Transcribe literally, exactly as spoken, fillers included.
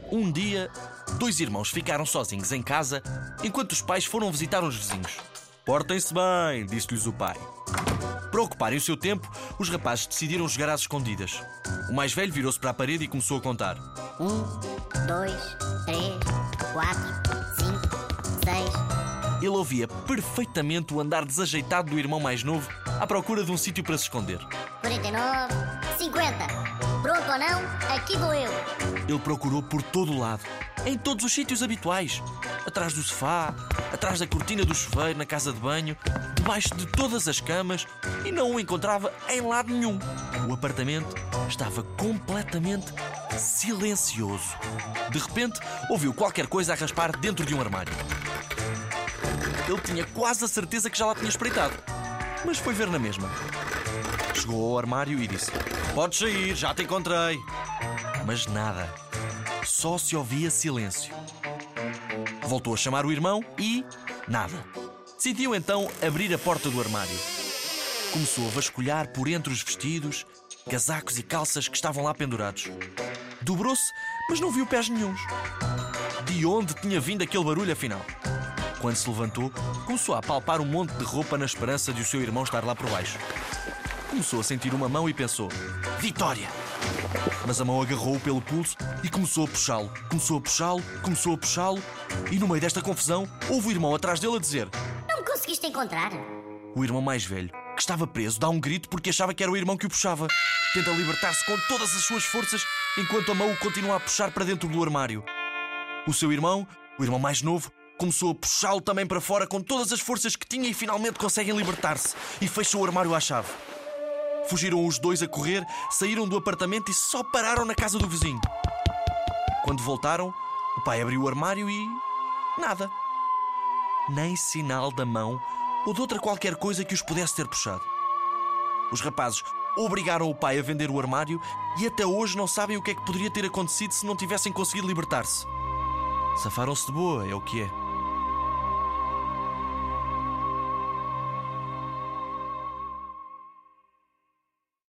Um dia, dois irmãos ficaram sozinhos em casa enquanto os pais foram visitar uns vizinhos. Portem-se bem, disse-lhes o pai. Para ocuparem o seu tempo, os rapazes decidiram jogar às escondidas. O mais velho virou-se para a parede e começou a contar. Um, dois, três, quatro, cinco, seis. Ele ouvia perfeitamente o andar desajeitado do irmão mais novo à procura de um sítio para se esconder. quarenta e nove, cinquenta. Pronto ou não? Aqui vou eu. Ele procurou por todo o lado, em todos os sítios habituais. Atrás do sofá, atrás da cortina do chuveiro na casa de banho, debaixo de todas as camas, e não o encontrava em lado nenhum. O apartamento estava completamente silencioso. De repente, ouviu qualquer coisa a raspar dentro de um armário. Ele tinha quase a certeza que já lá tinha espreitado, mas foi ver na mesma. Chegou ao armário e disse: "Podes sair, já te encontrei." Mas nada. Só se ouvia silêncio. Voltou a chamar o irmão e nada. Decidiu então abrir a porta do armário. Começou a vasculhar por entre os vestidos, casacos e calças que estavam lá pendurados. Dobrou-se, mas não viu pés nenhuns. De onde tinha vindo aquele barulho, afinal? Quando se levantou, começou a palpar um monte de roupa na esperança de o seu irmão estar lá por baixo. Começou a sentir uma mão e pensou: "Vitória!" Mas a mão agarrou-o pelo pulso e começou a puxá-lo. Começou a puxá-lo, começou a puxá-lo, e no meio desta confusão, houve o irmão atrás dele a dizer: Não me conseguiste encontrar? O irmão mais velho, que estava preso, dá um grito porque achava que era o irmão que o puxava. Tenta libertar-se com todas as suas forças, enquanto a mão o continua a puxar para dentro do armário. O seu irmão, o irmão mais novo, começou a puxá-lo também para fora com todas as forças que tinha e finalmente conseguem libertar-se e fecham o armário à chave. Fugiram os dois a correr, saíram do apartamento e só pararam na casa do vizinho. Quando voltaram, o pai abriu o armário e... nada. Nem sinal da mão ou de outra qualquer coisa que os pudesse ter puxado. Os rapazes obrigaram o pai a vender o armário e até hoje não sabem o que é que poderia ter acontecido se não tivessem conseguido libertar-se. Safaram-se de boa, é o que é.